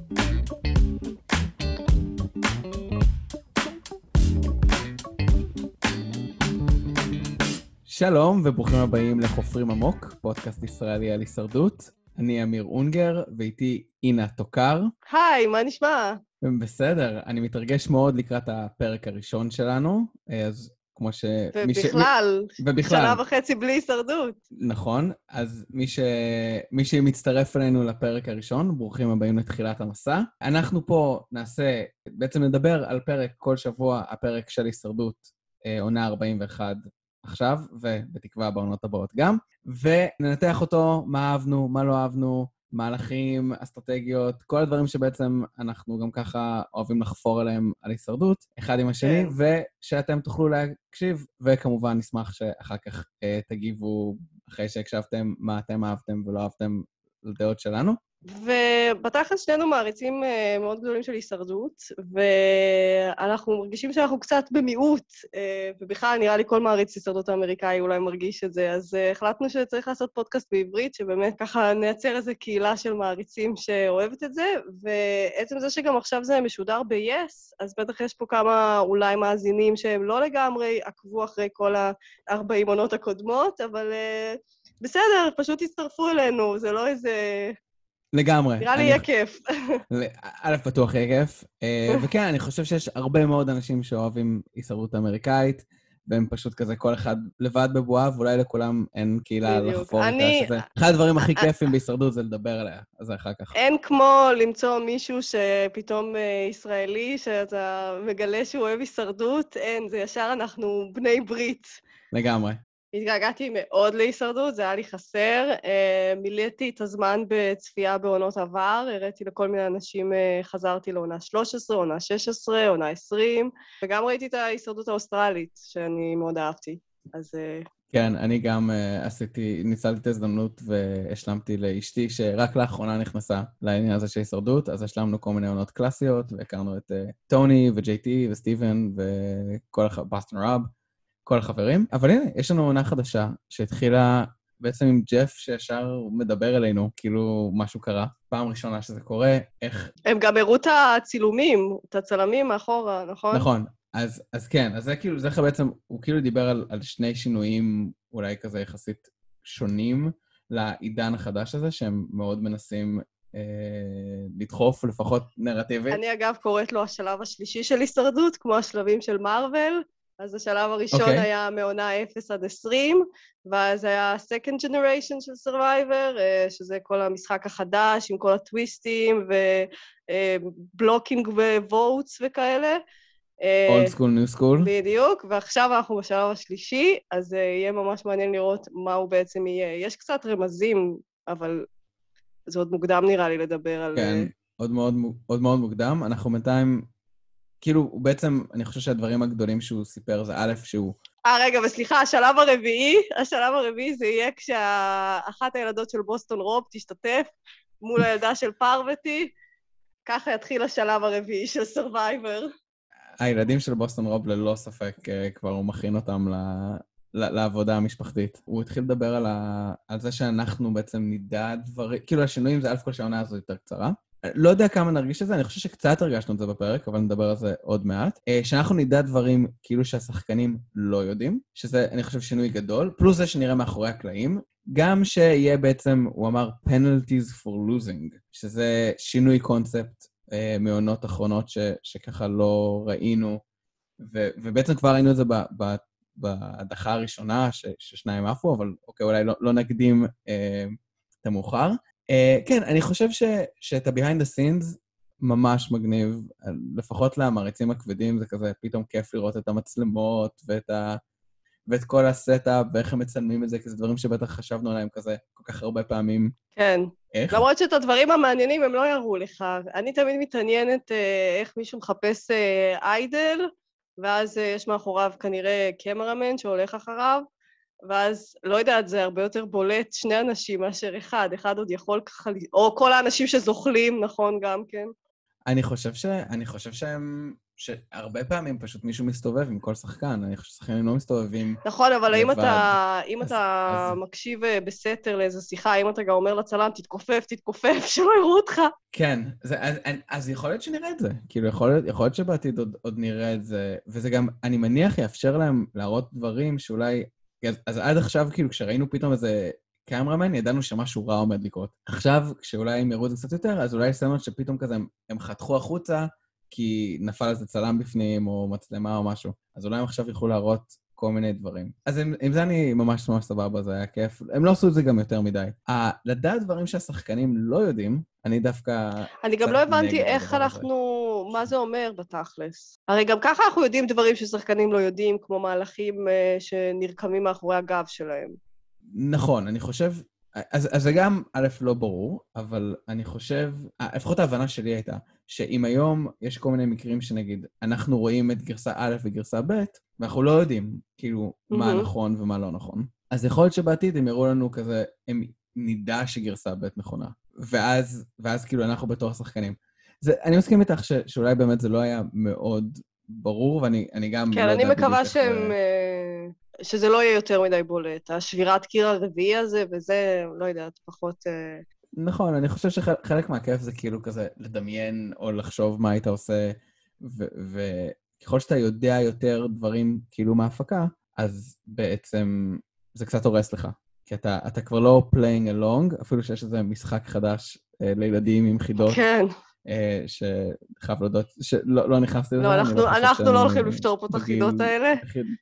שלום וברוכים הבאים לחופרים עמוק, פודקאסט ישראלי על הישרדות. אני אמיר אונגר ואיתי אינה תוקר. היי, מה נשמע? בסדר, אני מתרגש מאוד לקראת הפרק הראשון שלנו, אז כמו ש... ובכלל, שנה וחצי בלי הישרדות. נכון, אז מי שמצטרף אלינו לפרק הראשון, ברוכים הבאים לתחילת המסע. אנחנו פה בעצם נדבר על פרק כל שבוע, הפרק של הישרדות, עונה 41 עכשיו, ובתקווה בעונות הבאות גם, וננתח אותו, מה אהבנו, מה לא אהבנו, מהלכים, אסטרטגיות, כל הדברים שבעצם אנחנו גם ככה אוהבים לחפור עליהם על הישרדות, אחד עם השני, ושאתם תוכלו להקשיב, וכמובן נשמח שאחר כך תגיבו אחרי שהקשבתם מה אתם אהבתם ולא אהבתם לדעות שלנו. ובתכלס שנינו מעריצים מאוד גדולים של הישרדות, ואנחנו מרגישים שאנחנו קצת במיעוט, ובכלל נראה לי כל מעריץ הישרדות האמריקאי אולי מרגיש את זה, אז החלטנו שצריך לעשות פודקאסט בעברית, שבאמת ככה נייצר איזו קהילה של מעריצים שאוהבת את זה, ועצם זה שגם עכשיו זה משודר ב-yes, אז בטח יש פה כמה אולי מאזינים שהם לא לגמרי עקבו אחרי כל 40 עונות הקודמות, אבל בסדר, פשוט תצטרפו אלינו, זה לא איזה... לגמרי. נראה לי יהיה כיף. א', בטוח יהיה כיף. וכן, אני חושב שיש הרבה מאוד אנשים שאוהבים הישרדות אמריקאית, והם פשוט כזה כל אחד לבד בבועה, ואולי לכולם אין קהילה לחפור איתה, שזה אחד הדברים הכי כיפים בהישרדות זה לדבר עליה, אז זה אחר כך. אין כמו למצוא מישהו שפתאום ישראלי, שאתה מגלה שהוא אוהב הישרדות, אין, זה ישר אנחנו בני ברית. לגמרי. התגעגעתי מאוד להישרדות, זה היה לי חסר. מילאתי את הזמן בצפייה בעונות עבר, הראיתי לכל מיני אנשים, חזרתי לעונה 13, עונה 16, עונה 20, וגם ראיתי את ההישרדות האוסטרלית, שאני מאוד אהבתי. אז... כן, אני גם ניצלתי את ההזדמנות והשלמתי לאשתי, שרק לאחרונה נכנסה לעניין הזה של הישרדות, אז השלמנו כל מיני עונות קלאסיות, והכרנו את טוני וג'יי-טי וסטיבן וכל בסטון רוב. כל החברים. אבל הנה, יש לנו עונה חדשה שהתחילה בעצם עם ג'ף שישר מדבר אלינו, כאילו משהו קרה. פעם ראשונה שזה קורה, איך... הם גם הראו את הצילומים, את הצלמים מאחורה, נכון? נכון. אז כן, אז זה כאילו, זה בעצם, הוא כאילו דיבר על שני שינויים אולי כזה יחסית שונים לעידן החדש הזה, שהם מאוד מנסים לדחוף, לפחות נרטיבית. אני אגב קוראת לו השלב השלישי של הישרדות, כמו השלבים של מארוול, אז השלב הראשון היה מעונה 0 עד 20, ואז היה second generation של Survivor, שזה כל המשחק החדש, עם כל הטוויסטים, ובלוקינג ווטס וכאלה. old school, new school. בדיוק, ועכשיו אנחנו בשלב השלישי, אז יהיה ממש מעניין לראות מה הוא בעצם יהיה. יש קצת רמזים, אבל זה עוד מוקדם נראה לי לדבר על... כן, עוד מאוד מוקדם. אנחנו בינתיים... כאילו, הוא בעצם, אני חושב שהדברים הגדולים שהוא סיפר זה א' שהוא... רגע, וסליחה, השלב הרביעי זה יהיה כשאחת הילדות של בוסטון רוב תשתתף מול הילדה של פרווטי, ככה יתחיל השלב הרביעי של Survivor. הילדים של בוסטון רוב ללא ספק כבר הוא מכין אותם לעבודה המשפחתית. הוא התחיל לדבר על זה שאנחנו בעצם נדע דברים, כאילו השינויים זה אלף כל שהעונה הזו יותר קצרה. לא יודע כמה נרגיש את זה, אני חושב שקצת הרגשנו את זה בפרק, אבל נדבר על זה עוד מעט. שאנחנו נדע דברים כאילו שהשחקנים לא יודעים, שזה, אני חושב, שינוי גדול, פלוס זה שנראה מאחורי הקלעים, גם שיהיה בעצם, הוא אמר, penalties for losing, שזה שינוי קונספט מעונות אחרונות שככה לא ראינו, ובעצם כבר ראינו את זה בהדחה הראשונה, ששניים עפו, אבל אוקיי, אולי לא נקדים את המאוחר. כן, אני חושב שאת ה-behind the scenes ממש מגניב, לפחות למעריצים הכבדים, זה כזה פתאום כיף לראות את המצלמות ואת כל הסטאפ, ואיך הם מצלמים את זה, כי זה דברים שבטח חשבנו עליהם כזה כל כך הרבה פעמים. כן. איך? למרות שאת הדברים המעניינים הם לא יראו לך. אני תמיד מתעניינת איך מישהו מחפש איידל, ואז יש מאחוריו כנראה קמרמן שהולך אחריו, ואז, לא יודעת, זה הרבה יותר בולט שני אנשים מאשר אחד. אחד עוד יכול ככה, או כל האנשים שזוכלים, נכון, גם כן. אני חושב שהרבה פעמים פשוט מישהו מסתובב עם כל שחקן, אני חושב ששחקנים לא מסתובבים נכון, אבל לבד. אם אתה מקשיב בסתר לאיזו שיחה, אם אתה גם אומר לצלם, תתכופף, שלא יראו אותך. כן, אז יכול להיות שנראה את זה. כאילו, יכול להיות שבעתיד עוד נראה את זה, וזה גם, אני מניח, יאפשר להם להראות דברים שאולי... אז עד עכשיו, כאילו, כשראינו פתאום איזה קמרמן, ידענו שמשהו רע עומד לקרות. עכשיו, כשאולי הם יראו את זה קצת יותר, אז אולי יש סצנות שפתאום כזה הם חתכו החוצה, כי נפל איזה צלם בפנים, או מצלמה או משהו. אז אולי הם עכשיו יוכלו להראות כל מיני דברים. אז עם זה אני ממש סבבה, זה היה כיף. הם לא עשו את זה גם יותר מדי. לדעת דברים שהשחקנים לא יודעים, אני דווקא... אני גם לא הבנתי איך אנחנו... מה זה אומר בתכלס? הרי גם ככה אנחנו יודעים דברים ששחקנים לא יודעים, כמו מהלכים שנרקמים מאחורי הגב שלהם. נכון, אני חושב... אז זה גם, א', לא ברור, אבל אני חושב... לפחות ההבנה שלי הייתה, שאם היום יש כל מיני מקרים שנגיד, אנחנו רואים את גרסה א' וגרסה ב', ואנחנו לא יודעים, כאילו, מה נכון ומה לא נכון. אז יכול להיות שבעתיד הם יראו לנו כזה, הם נדע שגרסה ב' נכונה. ואז כאילו אנחנו בתור השחקנים. אני מסכים איתך שאולי באמת זה לא היה מאוד ברור, ואני גם כן, לא יודע אני מקווה בדיוק איך זה... שזה לא יהיה יותר מדי בולט. השבירת קיר הרביעי הזה, וזה, לא יודעת, פחות... נכון, אני חושב שחלק מהכיף זה כאילו כזה לדמיין או לחשוב מה היית עושה, וככל שאתה יודע יותר דברים כאילו מההפקה, אז בעצם זה קצת הורס לך. כי אתה כבר לא playing along, אפילו שיש איזה משחק חדש לילדים עם חידות. כן. שחייב להודות, שלא נכנסתי לזה. לא, אנחנו לא הולכים לפתור פה את החידות האלה.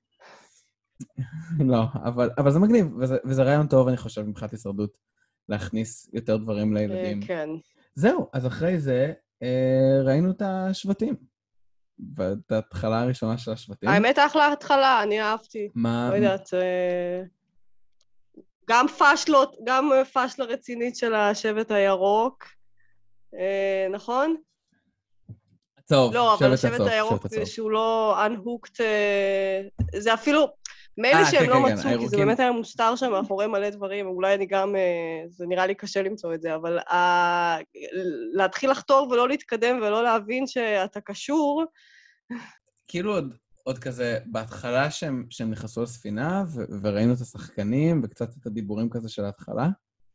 לא, אבל זה מגניב, וזה רעיון טוב, אני חושב, מבחינת הישרדות, להכניס יותר דברים לילדים. כן. זהו, אז אחרי זה ראינו את השבטים. ואת ההתחלה הראשונה של השבטים. האמת, אחלה התחלה, אני אהבתי. מה? לא יודעת, גם פשלה רצינית של השבט הירוק, נכון? טוב, לא, אבל השבט הירוק שהוא לא unhooked, זה אפילו, מילא שהם לא מצאו, כי זה באמת היה מוסתר שם מאחורי מלא דברים, אולי אני גם, זה נראה לי קשה למצוא את זה, אבל להתחיל לחתור ולא להתקדם ולא להבין שאתה קשור. כאילו עוד כזה, בהתחלה שהם נכנסו לספינה, וראינו את השחקנים, וקצת את הדיבורים כזה של ההתחלה,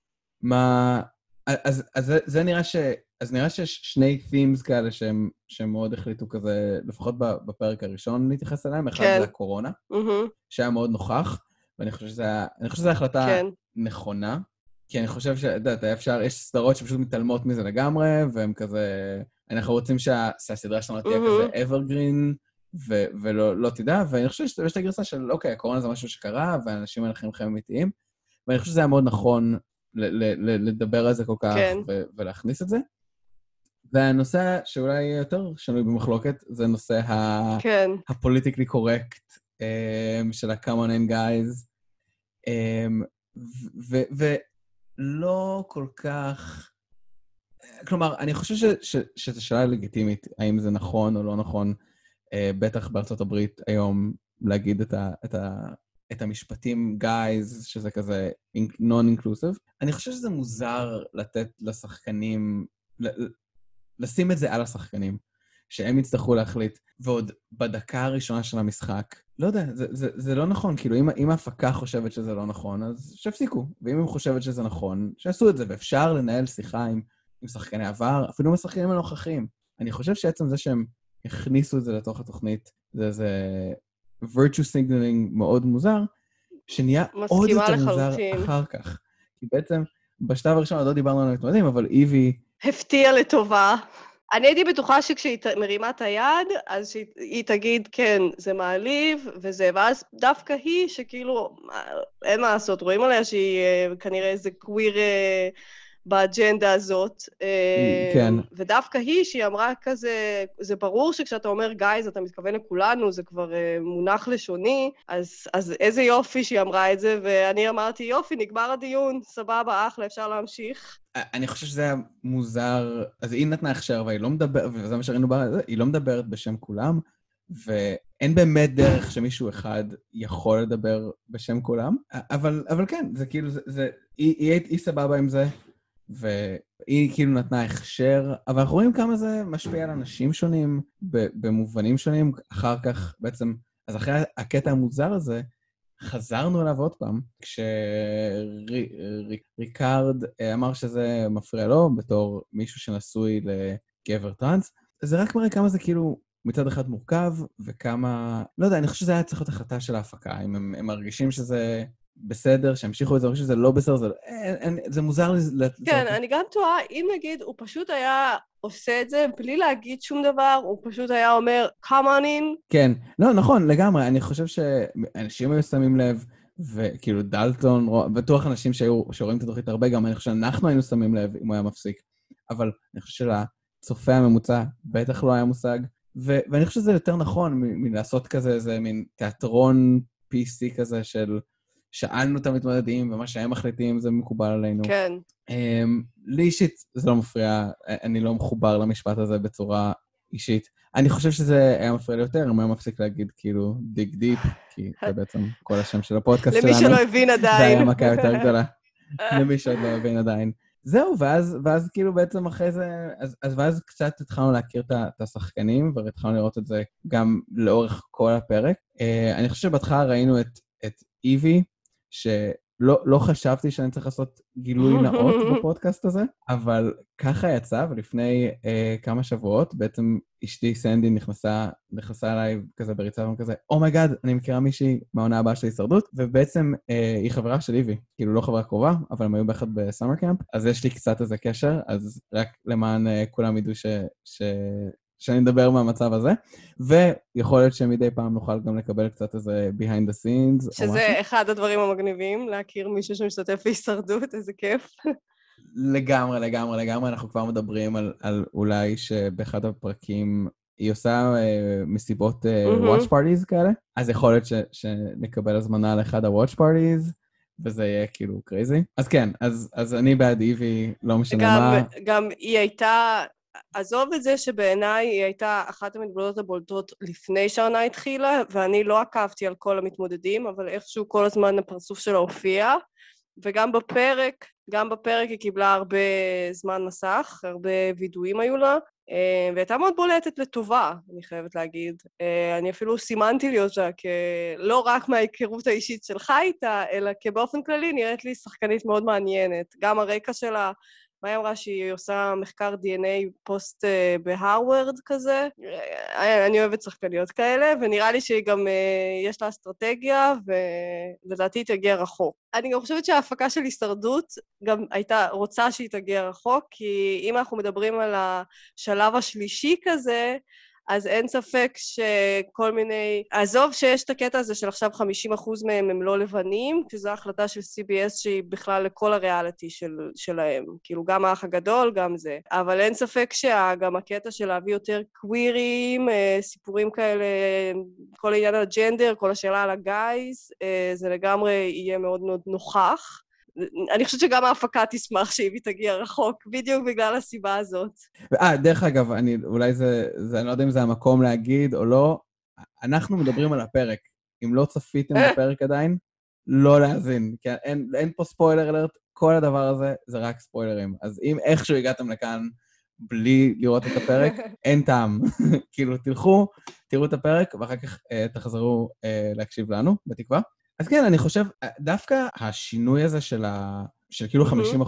אז זה נראה אז נראה שיש שני themes כאלה שהם מאוד החליטו כזה, לפחות בפרק הראשון להתייחס אליהם, אחד זה הקורונה, שהיה מאוד נוכח, ואני חושב שזו החלטה נכונה, כי אני חושב יש סדרות שפשוט מתעלמות מזה לגמרי, והם כזה, אנחנו רוצים שהסדרה שלנו תהיה כזה evergreen, ולא תדע, ואני חושב שיש את הגרסה של, אוקיי, הקורונה זה משהו שקרה, ואנשים הולכים חיים אמיתיים, ואני חושב שזה היה מאוד נכון לדבר על זה כל כך, ולהכניס את זה. והנושא שאולי יותר שנוי במחלוקת, זה נושא הפוליטיקלי קורקט של ה-common end guys, ולא כל כך... כלומר, אני חושב שזו שאלה לגיטימית, האם זה נכון או לא נכון, בטח בארצות הברית היום להגיד את המשפטים guys, שזה כזה non-inclusive. אני חושב שזה מוזר לתת לשחקנים, לשים את זה על השחקנים, שהם יצטרכו להחליט, ועוד בדקה הראשונה של המשחק, לא יודע, זה לא נכון, כאילו אם ההפקה חושבת שזה לא נכון, אז שיפסיקו, ואם הם חושבת שזה נכון, שיעשו את זה, ואפשר לנהל שיחה עם שחקני עבר, אפילו עם השחקנים הנוכחים. אני חושב שעצם זה שהם הכניסו את זה לתוך התוכנית, זה virtue signaling מאוד מוזר, שנהיה עוד יותר מוזר אחר כך. כי בעצם, בשלב הראשון עוד לא דיברנו על המתמודדים, אבל איבי... הפתיע לטובה. אני הייתי בטוחה שכשהיא מרימה את היד, אז שהיא תגיד, כן, זה מעליב, וזה, ואז דווקא היא, שכאילו, אין מה לעשות, רואים עליה שהיא כנראה איזה קוויר באג'נדה הזאת, כן. ודווקא היא, שהיא אמרה כזה, זה ברור שכשאתה אומר גייז, אתה מתכוון לכולנו, זה כבר מונח לשוני, אז איזה יופי שהיא אמרה את זה, ואני אמרתי, יופי, נגמר הדיון, סבבה, אחלה, אפשר להמשיך. אני חושב שזה היה מוזר, אז היא נתנה הכשר, והיא לא מדברת, וזה מה שראינו בה, היא לא מדברת בשם כולם, ואין באמת דרך שמישהו אחד יכול לדבר בשם כולם, אבל כן, זה כאילו, היא סבבה עם זה, והיא כאילו נתנה הכשר, אבל אנחנו רואים כמה זה משפיע על אנשים שונים, במובנים שונים, אחר כך בעצם, אז אחרי הקטע המוזר הזה, חזרנו אליו עוד פעם, כשריקארד אמר שזה מפריע לו, בתור מישהו שנשוי לגבר טרנס, זה רק מראה כמה זה כאילו מצד אחד מורכב, וכמה, לא יודע, אני חושב שזה היה צריך להיות החלטה של ההפקה, אם הם מרגישים שזה בסדר, שהמשיכו את זה, שזה לא בסדר, זה מוזר לי. כן, אני גם טועה, אם נגיד, הוא פשוט היה עושה את זה בלי להגיד שום דבר, הוא פשוט היה אומר, come on in. כן, לא, נכון, לגמרי, אני חושב שאנשים היו שמים לב, וכאילו דלטון, בטוח אנשים שרואים את התוכנית הרבה, גם אני חושב שאנחנו היינו שמים לב אם הוא היה מפסיק, אבל אני חושב שלצופה הממוצע בטח לא היה מושג, ואני חושב שזה יותר נכון מלעשות כזה, איזה מין תיאטרון PC כזה של שאלנו את המתמודדים, ומה שהם מחליטים זה מקובל עלינו. כן. לי אישית זה לא מפריע, אני לא מחובר למשפט הזה בצורה אישית. אני חושב שזה היה מפריע לי יותר, אם היה מפסיק להגיד כאילו דיג דיפ, כי זה בעצם כל השם של הפודקאסט שלנו. למי שלא הבין עדיין. זה היה מכה יותר גדולה. למי שעוד לא הבין עדיין. זהו, ואז כאילו בעצם אחרי זה, ואז קצת התחלנו להכיר את השחקנים, והתחלנו לראות את זה גם לאורך כל הפרק. אני חושב שבהתחלה ראינו את איבי, שלא חשבתי שאני צריך לעשות גילוי נאות בפודקאסט הזה, אבל ככה יצא, ולפני כמה שבועות, בעצם אשתי סנדי נכנסה אליי כזה בריצה, וכזה, אומייגאד, אני מכירה מישהי מהעונה הבאה של הישרדות, ובעצם היא חברה של איבי, כאילו לא חברה קרובה, אבל הם היו ביחד בסאמר קאמפ, אז יש לי קצת איזה קשר, אז רק למען כולם ידעו שאני מדבר מהמצב הזה, ויכול להיות שמדי פעם נוכל גם לקבל קצת איזה behind the scenes או משהו. שזה אחד הדברים המגניבים, להכיר מישהו שמשתתף בהישרדות, איזה כיף. לגמרי, אנחנו כבר מדברים על אולי שבאחד הפרקים היא עושה מסיבות watch parties כאלה, אז יכול להיות שנקבל הזמנה לאחד ה-watch parties, וזה יהיה כאילו קרייזי. אז כן, אז אני בעד איבי, לא משנה מה. גם היא הייתה... עזוב את זה שבעיניי היא הייתה אחת המתמודדות הבולטות לפני שהעונה התחילה, ואני לא עקבתי על כל המתמודדים, אבל איכשהו כל הזמן הפרצוף שלה הופיע, וגם בפרק היא קיבלה הרבה זמן מסך, הרבה וידואים היו לה, והייתה מאוד בולטת לטובה, אני חייבת להגיד. אני אפילו סימנתי לי אותה לא רק מההיכרות האישית שלך איתה, אלא כבאופן כללי נראית לי שחקנית מאוד מעניינת. גם הרקע שלה, מה היא אמרה שהיא עושה מחקר DNA פוסט בהרווארד כזה? אני אוהבת שחקניות כאלה, ונראה לי שהיא גם יש לה אסטרטגיה, ולדעתי היא תגיע רחוק. אני גם חושבת שההפקה של הישרדות גם הייתה רוצה שהיא תגיע רחוק, כי אם אנחנו מדברים על השלב השלישי כזה, אז אין ספק שכל מיני... עזוב שיש את הקטע הזה של עכשיו 50% מהם הם לא לבנים, שזו החלטה של CBS שהיא בכלל לכל הריאליטי שלהם. כאילו גם האח הגדול, גם זה. אבל אין ספק שגם הקטע של להביא יותר קווירים, סיפורים כאלה, כל העניין על הג'נדר, כל השאלה על הגייז, זה לגמרי יהיה מאוד מאוד נוכח. אני חושבת שגם ההפקה תשמח שהיא תגיע רחוק, בדיוק בגלל הסיבה הזאת. דרך אגב, אולי אני לא יודע אם זה המקום להגיד או לא, אנחנו מדברים על הפרק. אם לא צפיתם בפרק עדיין, לא להאזין, כי אין פה ספוילר אלרט, כל הדבר הזה זה רק ספוילרים. אז אם איכשהו הגעתם לכאן בלי לראות את הפרק, אין טעם. כאילו, תלכו, תראו את הפרק, ואחר כך תחזרו להקשיב לנו, בתקווה. אז כן, אני חושב, דווקא השינוי הזה של כאילו 50%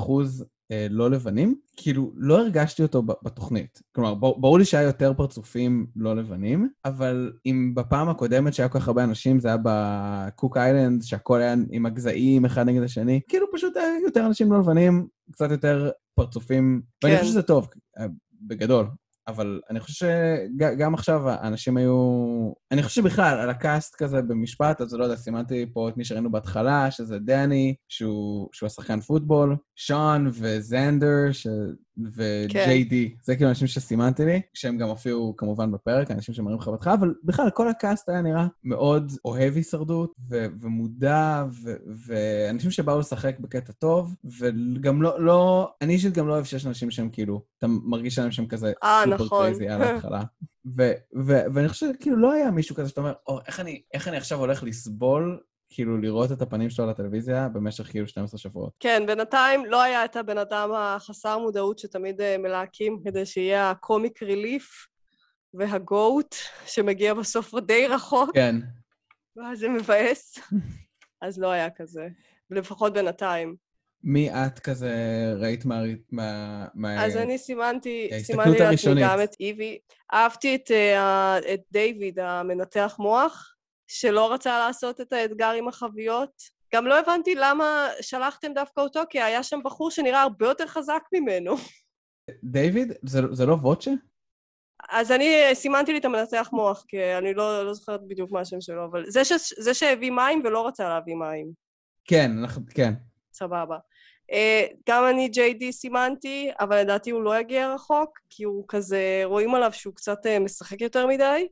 לא לבנים, כאילו לא הרגשתי אותו בתוכנית. כלומר, ברור לי שהיה יותר פרצופים לא לבנים, אבל אם בפעם הקודמת שהיה כל כך הרבה אנשים, זה היה בקוק איילנד, שהכל היה עם הגזעים אחד נגד השני, כאילו פשוט היה יותר אנשים לא לבנים, קצת יותר פרצופים, ואני חושב שזה טוב, בגדול. אבל אני חושב שגם עכשיו האנשים היו... אני חושב שבכלל, על הקאסט כזה במשפט, אז לא יודע, סימנתי פה את מי שראינו בהתחלה, שזה דני, שהוא השחקן פוטבול, שון וזנדר, וג'יי די. זה כאילו אנשים שסימנתי לי, שהם גם הופיעו כמובן בפרק, אנשים שמראים לך בהתחלה, אבל בכלל, כל הקאסט היה נראה מאוד אוהב הישרדות, ומודע, ואנשים שבאו לשחק בקטע טוב, וגם לא... אני אישית גם לא אוהב שיש אנשים שהם כאילו, אתה מרגיש עליהם שהם כזה סופר קרייזי על ההתחלה. ואני חושב שכאילו לא היה מישהו כזה שאתה אומר, איך אני עכשיו הולך לסבול כאילו לראות את הפנים שלו על הטלוויזיה במשך כאילו 12 שבועות. כן, בינתיים לא היה את הבן אדם החסר מודעות שתמיד מלהקים כדי שיהיה הקומיק ריליף והגוט שמגיע בסוף די רחוק. כן. ואז זה מבאס. אז לא היה כזה, לפחות בינתיים. מי את כזה ראית אז אני סימנתי ההסתכלות הראשונית? גם את איבי. אהבתי את דיוויד, המנתח מוח, שלא רצה לעשות את האתגר עם החביות. גם לא הבנתי למה שלחתם דווקא אותו, כי היה שם בחור שנראה הרבה יותר חזק ממנו. דיוויד? זה לא ווטשה? אז אני סימנתי לי את המנתח מוח, כי אני לא זוכרת בדיוק מה השם שלו, אבל זה שהביא מים ולא רצה להביא מים. כן, כן. סבבה. גם אני JD סימנתי, אבל לדעתי הוא לא יגיע רחוק, כי הוא כזה, רואים עליו שהוא קצת משחק יותר מדי,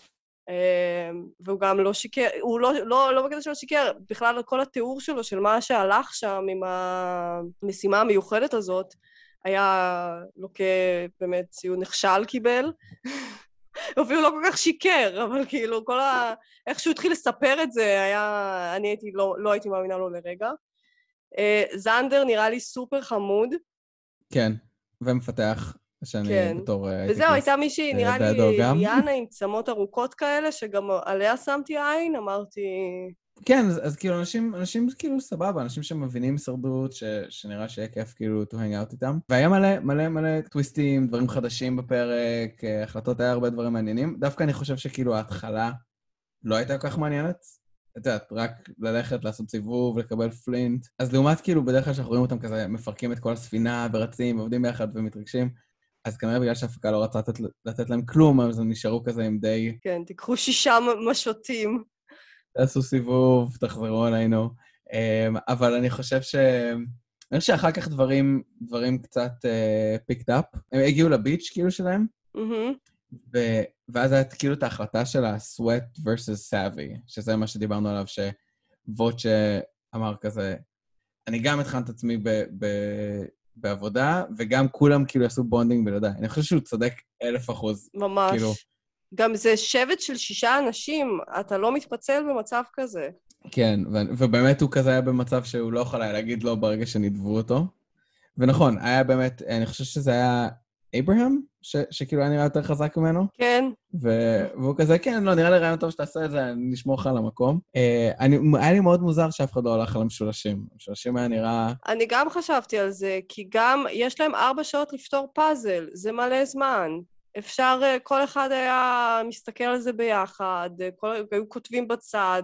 והוא גם לא שיקר, הוא לא בקטע שלו שיקר, בכלל כל התיאור שלו של מה שהלך שם עם המשימה המיוחדת הזאת, היה לוקה באמת ציון נכשל קיבל, אפילו לא כל כך שיקר, אבל כאילו איך שהוא התחיל לספר את זה, אני לא הייתי מאמינה לו לרגע. זנדר נראה לי סופר חמוד. כן, ומפתח, שאני בתור... וזהו, הייתה מישהי, נראה לי, יאנה עם צמות ארוכות כאלה, שגם עליה שמתי עין, אמרתי... כן, אז כאילו אנשים כאילו סבבה, אנשים שמבינים הישרדות, שנראה שיהיה כיף כאילו to hang out איתם. והיה מלא טוויסטים, דברים חדשים בפרק, החלטות, היה הרבה דברים מעניינים. דווקא אני חושב שכאילו ההתחלה לא הייתה כל כך מעניינת. את יודעת, רק ללכת, לעשות סיבוב, לקבל פלינט. אז לעומת כאילו בדרך כלל שאנחנו רואים אותם כזה, מפרקים את כל הספינה ורצים, ועובדים ביחד ומתרגשים, אז כנראה בגלל שההפקה לא רצה לתת להם כלום, אז הם נשארו כזה עם די... כן, תיקחו 6 משוטים. תעשו סיבוב, תחזרו עלינו. אבל אני חושב שאחר כך דברים קצת פיקט אפ. הם הגיעו לביץ' כאילו שלהם, ואז היה כאילו את ההחלטה של ה-sweat versus savvy, שזה מה שדיברנו עליו, שוואטשה אמר כזה, אני גם התחלת את עצמי בעבודה, וגם כולם כאילו יעשו בונדינג בלעדיי. אני חושב שהוא צודק 1000%. ממש. כאילו, גם זה שבט של 6 אנשים, אתה לא מתפצל במצב כזה. כן, ובאמת הוא כזה היה במצב שהוא לא יכול היה להגיד לו ברגע שנדבו אותו. ונכון, היה באמת, אני חושב שזה היה אברהם, שכאילו היה נראה יותר חזק ממנו. כן. והוא כזה, כן, לא, נראה לי רעיון טוב שתעשה את זה, אני נשמור לך על המקום. היה לי מאוד מוזר שאף אחד לא הולך על המשולשים. המשולשים היה נראה... אני גם חשבתי על זה, כי גם יש להם 4 שעות לפתור פאזל, זה מלא זמן. אפשר, כל אחד היה מסתכל על זה ביחד, היו כותבים בצד,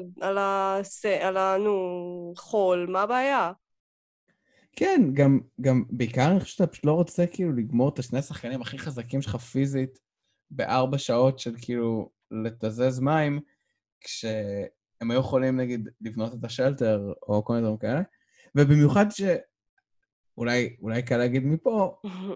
על חול, מה הבעיה? כן, גם בעיקר אני חושב שאתה פשוט לא רוצה כאילו לגמור את השני השחקנים הכי חזקים שלך פיזית ב4 שעות של כאילו לתזז מים, כשהם היו יכולים נגיד לבנות את השלטר או כל מיני דברים כאלה, ובמיוחד אולי קל להגיד מפה,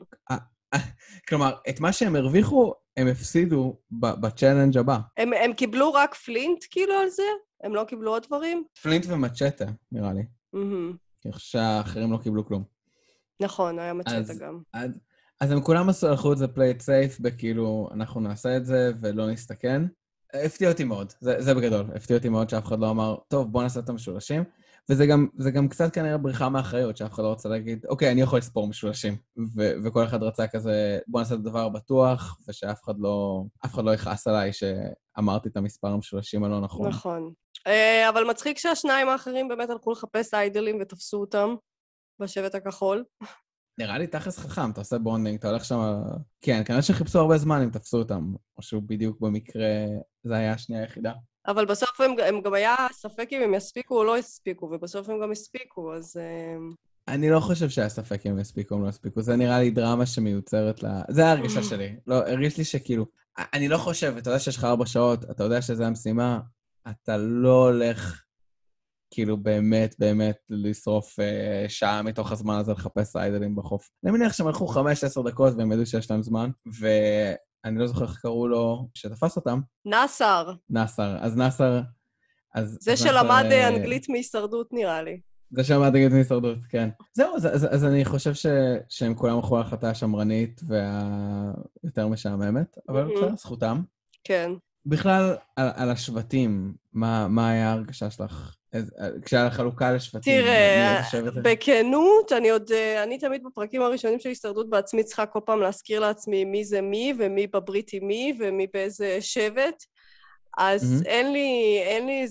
כלומר, את מה שהם הרוויחו, הם הפסידו בצ'אלנג' הבא. הם קיבלו רק פלינט כאילו על זה? הם לא קיבלו עוד דברים? פלינט ומצ'טה, נראה לי. אני חושב שהאחרים לא קיבלו כלום. נכון, היה מצ'טה גם. אז הם כולם הלכו את זה play it safe, בכאילו, אנחנו נעשה את זה ולא נסתכן. הפתיע אותי מאוד, זה בגדול. הפתיע אותי מאוד שאף אחד לא אמר, טוב, בוא נעשה את המשולשים. וזה גם קצת כנראה בריחה מאחריות, שאף אחד לא רוצה להגיד, אוקיי, אני יכול לספור משולשים. וכל אחד רצה כזה, בוא נעשה את הדבר בטוח, ושאף אחד לא יכעס עליי שאמרתי את המספר המשולשים הלא נכון. נכון. אבל מצחיק שהשניים האחרים באמת הלכו לחפש איידלים ותפסו אותם בשבט הכחול. נראה לי תכלס חכם, אתה עושה בונדינג, אתה הולך שם... כן, כנראה שחיפשו הרבה זמן אם תפסו אותם, או שהוא בדיוק במקרה, זה היה השנייה היחידה. אבל בסוף הם גם היה ספק אם הם יספיקו או לא יספיקו, ובסוף הם גם הספיקו, אז... אני לא חושב שהיה ספק אם הם יספיקו או לא יספיקו, זה נראה לי דרמה שמיוצרת לה... זה ההרגישה שלי. לא, הרגיש לי שכאילו... אני לא חושב, אתה יודע שיש לך 4 שעות, אתה יודע שזה המשימה, אתה לא הולך כאילו באמת לשרוף שעה מתוך הזמן הזה לחפש איידלים בחוף. אני מניח שהם הלכו 5-10 דקות והם ידעו שיש להם זמן, ואני לא זוכר איך קראו לו שתפס אותם. נאסר. אז נאסר... זה שלמד אנגלית מהישרדות נראה לי. זה שלמד אנגלית מהישרדות, כן. זהו, אז אני חושב שהם כולם הלכו להחלטה השמרנית והיותר משעממת, אבל בסדר, זכותם. כן. בכלל, על השבטים, מה היה ההרגשה שלך? כשהיה חלוקה לשבטים, תראה, מאיזה שבט? בכנות, אני תמיד בפרקים הראשונים של הישרדות בעצמי צריכה כל פעם להזכיר לעצמי מי זה מי, ומי בבריטי מי, ומי באיזה שבט. אז אין לי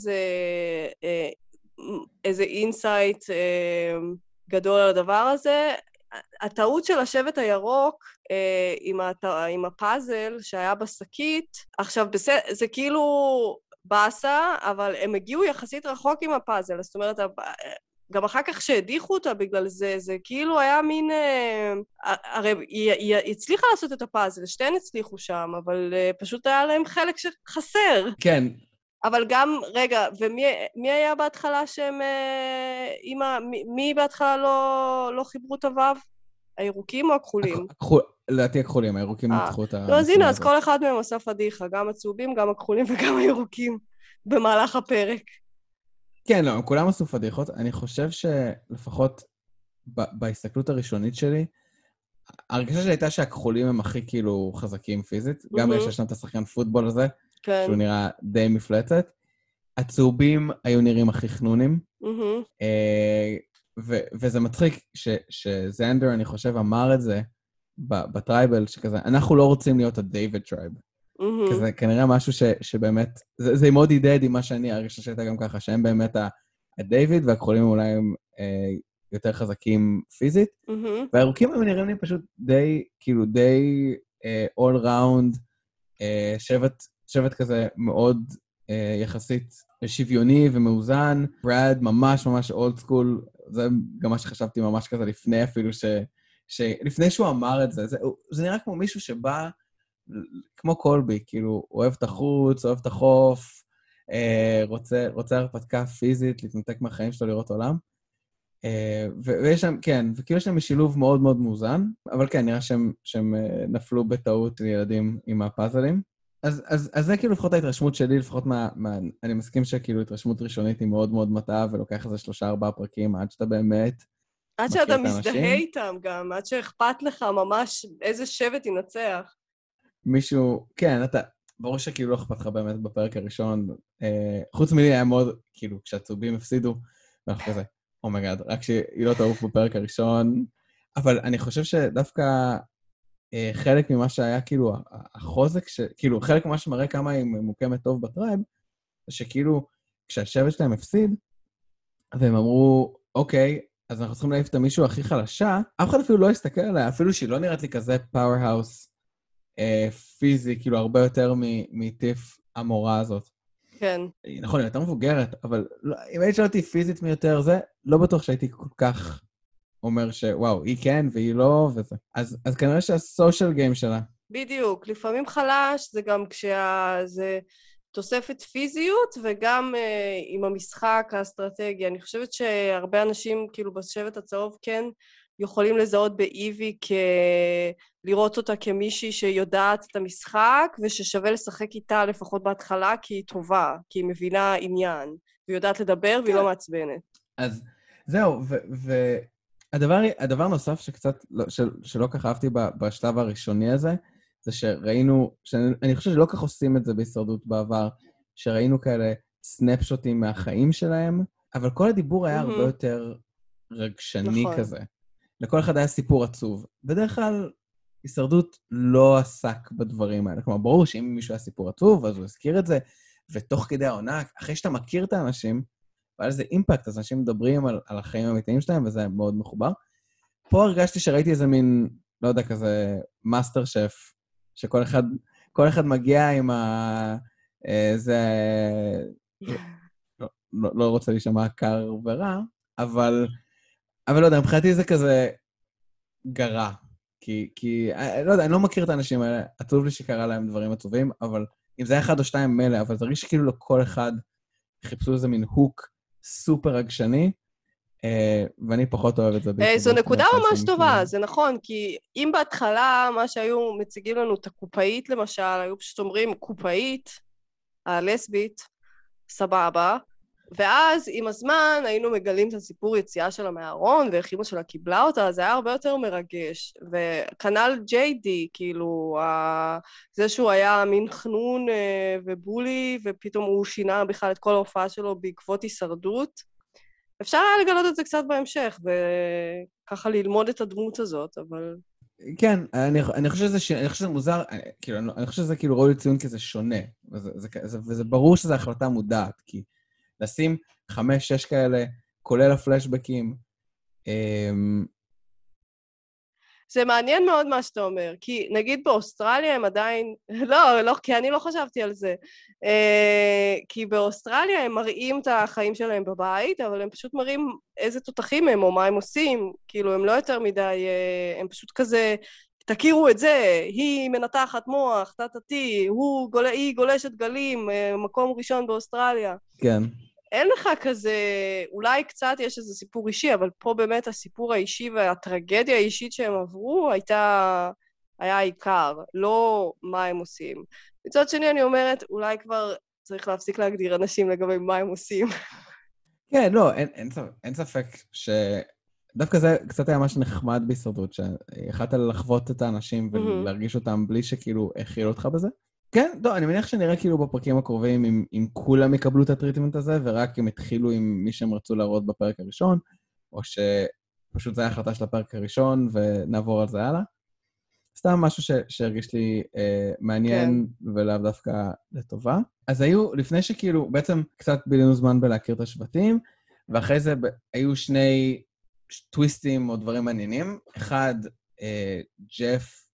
איזה אינסייט גדול על הדבר הזה. הטעות של השבט הירוק עם הפאזל שהיה בשקית, עכשיו זה כאילו באסה, אבל הם הגיעו יחסית רחוק עם הפאזל, זאת אומרת, גם אחר כך שהדיחו אותה בגלל זה, זה כאילו היה מין... הרי היא הצליחה לעשות את הפאזל, שתיהן הצליחו שם, אבל פשוט היה להם חלק שחסר. כן. אבל גם, רגע, ומי היה בהתחלה שהם... מי בהתחלה לא חיברו את הוו? הירוקים או הכחולים? לדעתי הכחולים, הירוקים ניצחו את לא, אז הנה, אז כל אחד מהם עשה פדיחה, גם הצהובים, גם הכחולים וגם הירוקים, במהלך הפרק. כן, לא, הם כולם עשו פדיחות. אני חושב שלפחות בהסתכלות הראשונית שלי, ההרגשה שלי הייתה שהכחולים הם הכי כאילו חזקים פיזית, גם בגלל שיש לנו את השחקן פוטבול הזה, שהוא נראה די מפלצת. הצהובים היו נראים הכי חנונים, וזה מצחיק שזנדר, אני חושב, אמר את זה בטרייבל, שכזה, אנחנו לא רוצים להיות הדיוויד טרייב. כזה כנראה משהו שבאמת, זה מאוד ידד עם מה שאני, הרגשה שהייתה גם ככה, שהם באמת הדיוויד, והכחולים אולי הם יותר חזקים פיזית, והירוקים הם נראים לי פשוט די, כאילו די all round, שבט כזה מאוד יחסית שוויוני ומאוזן, ברד ממש ממש אולד סקול, זה גם מה שחשבתי ממש כזה לפני אפילו, לפני שהוא אמר את זה, זה נראה כמו מישהו שבא, כמו קולבי, כאילו, אוהב את החוץ, אוהב את החוף, רוצה הרפתקה פיזית, להתנתק מהחיים שלו לראות עולם. ויש להם, כן, וכאילו יש להם משילוב מאוד מאוד מאוזן, אבל כן, נראה שהם נפלו בטעות לילדים עם הפאזלים. אז זה כאילו לפחות ההתרשמות שלי, לפחות אני מסכים שכאילו התרשמות ראשונית היא מאוד מאוד מטעה, ולוקח איזה 3-4 פרקים עד שאתה באמת עד שאתה מזדהה איתם גם, עד שאכפת לך ממש איזה שבט ינצח. מישהו, כן, ברור שכאילו לא אכפת לך באמת בפרק הראשון, חוץ מלי היה מאוד, כאילו, כשהצהובים הפסידו, ואנחנו כזה, אומייגאד, רק שהיא לא תעוף בפרק הראשון, אבל אני חושב שדווקא חלק ממה שהיה, כאילו, החוזק, כאילו, חלק ממה שמראה כמה היא מוקמת טוב בטרייב, זה שכאילו, כשהשבט שלהם הפסיד, והם אמרו, אוקיי, אז אנחנו צריכים להעיף את המישהו הכי חלשה, אף אחד אפילו לא הסתכל עליה, אפילו שהיא לא נראית לי כזה פאוור-האוס פיזי, כאילו, הרבה יותר מטיף המורה הזאת. כן. נכון, היא יותר מבוגרת, אבל אם היית שאלתי פיזית מי יותר זה, לא בטוח שהייתי כל כך אומר שוואו, היא כן והיא לא, וזה. אז כנראה שהסושיאל גיים שלה. בדיוק, לפעמים חלש, זה גם זה תוספת פיזיות, וגם עם המשחק האסטרטגי. אני חושבת שהרבה אנשים, כאילו בשבט הצהוב, כן, יכולים לזהות באיבי לראות אותה כמישהי שיודעת את המשחק, וששווה לשחק איתה לפחות בהתחלה, כי היא טובה, כי היא מבינה עניין, והיא יודעת לדבר והיא לא מעצבנת. אז זהו, הדבר נוסף שקצת, שלא כך אהבתי בשלב הראשוני הזה, זה שראינו, אני חושב שלא כך עושים את זה בהישרדות בעבר, שראינו כאלה סנפשוטים מהחיים שלהם, אבל כל הדיבור היה הרבה יותר רגשני כזה. לכל אחד היה סיפור עצוב. בדרך כלל, הישרדות לא עסק בדברים האלה. כלומר, ברור שאם מישהו היה סיפור עצוב, אז הוא הזכיר את זה, ותוך כדי העונה, אחרי שאתה מכיר את האנשים, והיה לזה אימפקט, אז אנשים מדברים על החיים האמיתיים שלהם, וזה מאוד מחובר. פה הרגשתי שראיתי איזה מין, לא יודע, כזה מאסטר שף, שכל אחד מגיע עם זה... לא רוצה להישמע קר ורע, אבל לא יודע, מבחינתי זה כזה גרה. כי לא יודע, אני לא מכיר את האנשים האלה, עצוב לי שקרה להם דברים עצובים, אבל אם זה היה 1 או 2 מלא, אבל זה הרגיש שכאילו לכל אחד חיפשו איזה מין הוק סופר רגשני, ואני פחות אוהב את זה. זו נקודה ממש טובה, זה נכון, כי אם בהתחלה מה שהיו מציגים לנו את הקופאית למשל, היו פשוט אומרים קופאית, הלסבית, סבבה, ואז עם הזמן היינו מגלים את הסיפור יציאה שלה מהארון, ואיך אמא שלה קיבלה אותה, אז זה היה הרבה יותר מרגש. וכנ"ל ג'יי-די, כאילו, זה שהוא היה מין חנון ובולי, ופתאום הוא שינה בכלל את כל ההופעה שלו בעקבות הישרדות. אפשר היה לגלות את זה קצת בהמשך, וככה ללמוד את הדמות הזאת, אבל... כן, אני חושב שזה מוזר, כאילו, אני חושב שזה כאילו ראוי לציון כי זה שונה, וזה ברור שזו החלטה מודעת, כי לשים 5-6 כאלה, כולל הפלשבקים, זה מעניין מאוד מה שאתה אומר, כי נגיד באוסטרליה הם עדיין, לא, כי אני לא חשבתי על זה, כי באוסטרליה הם מראים את החיים שלהם בבית, אבל הם פשוט מראים איזה תותחים הם או מה הם עושים, כאילו הם לא יותר מדי, הם פשוט כזה, תכירו את זה, היא מנתחת מוח, טטטי, היא גולשת גלים, מקום ראשון באוסטרליה. כן. אין לך כזה, אולי קצת יש איזה סיפור אישי, אבל פה באמת הסיפור האישי והטרגדיה האישית שהם עברו היה העיקר, לא מה הם עושים. מצד שני אני אומרת, אולי כבר צריך להפסיק להגדיר אנשים לגבי מה הם עושים. כן, לא, אין ספק דווקא זה קצת היה ממש נחמד בהישרדות, שיכלת לחוות את האנשים ולהרגיש אותם בלי שכאילו הכיל אותך בזה. כן, לא, אני מניח שנראה כאילו בפרקים הקרובים אם כולם יקבלו את הטריטמנט הזה, ורק הם התחילו עם מי שהם רצו להראות בפרק הראשון, או שפשוט זו הייתה החלטה של הפרק הראשון ונעבור על זה הלאה. סתם משהו שהרגיש לי מעניין ולאו דווקא לטובה. אז היו, לפני שכאילו, בעצם קצת בילינו זמן בלהכיר את השבטים, ואחרי זה היו שני טוויסטים או דברים מעניינים. אחד, ג'ף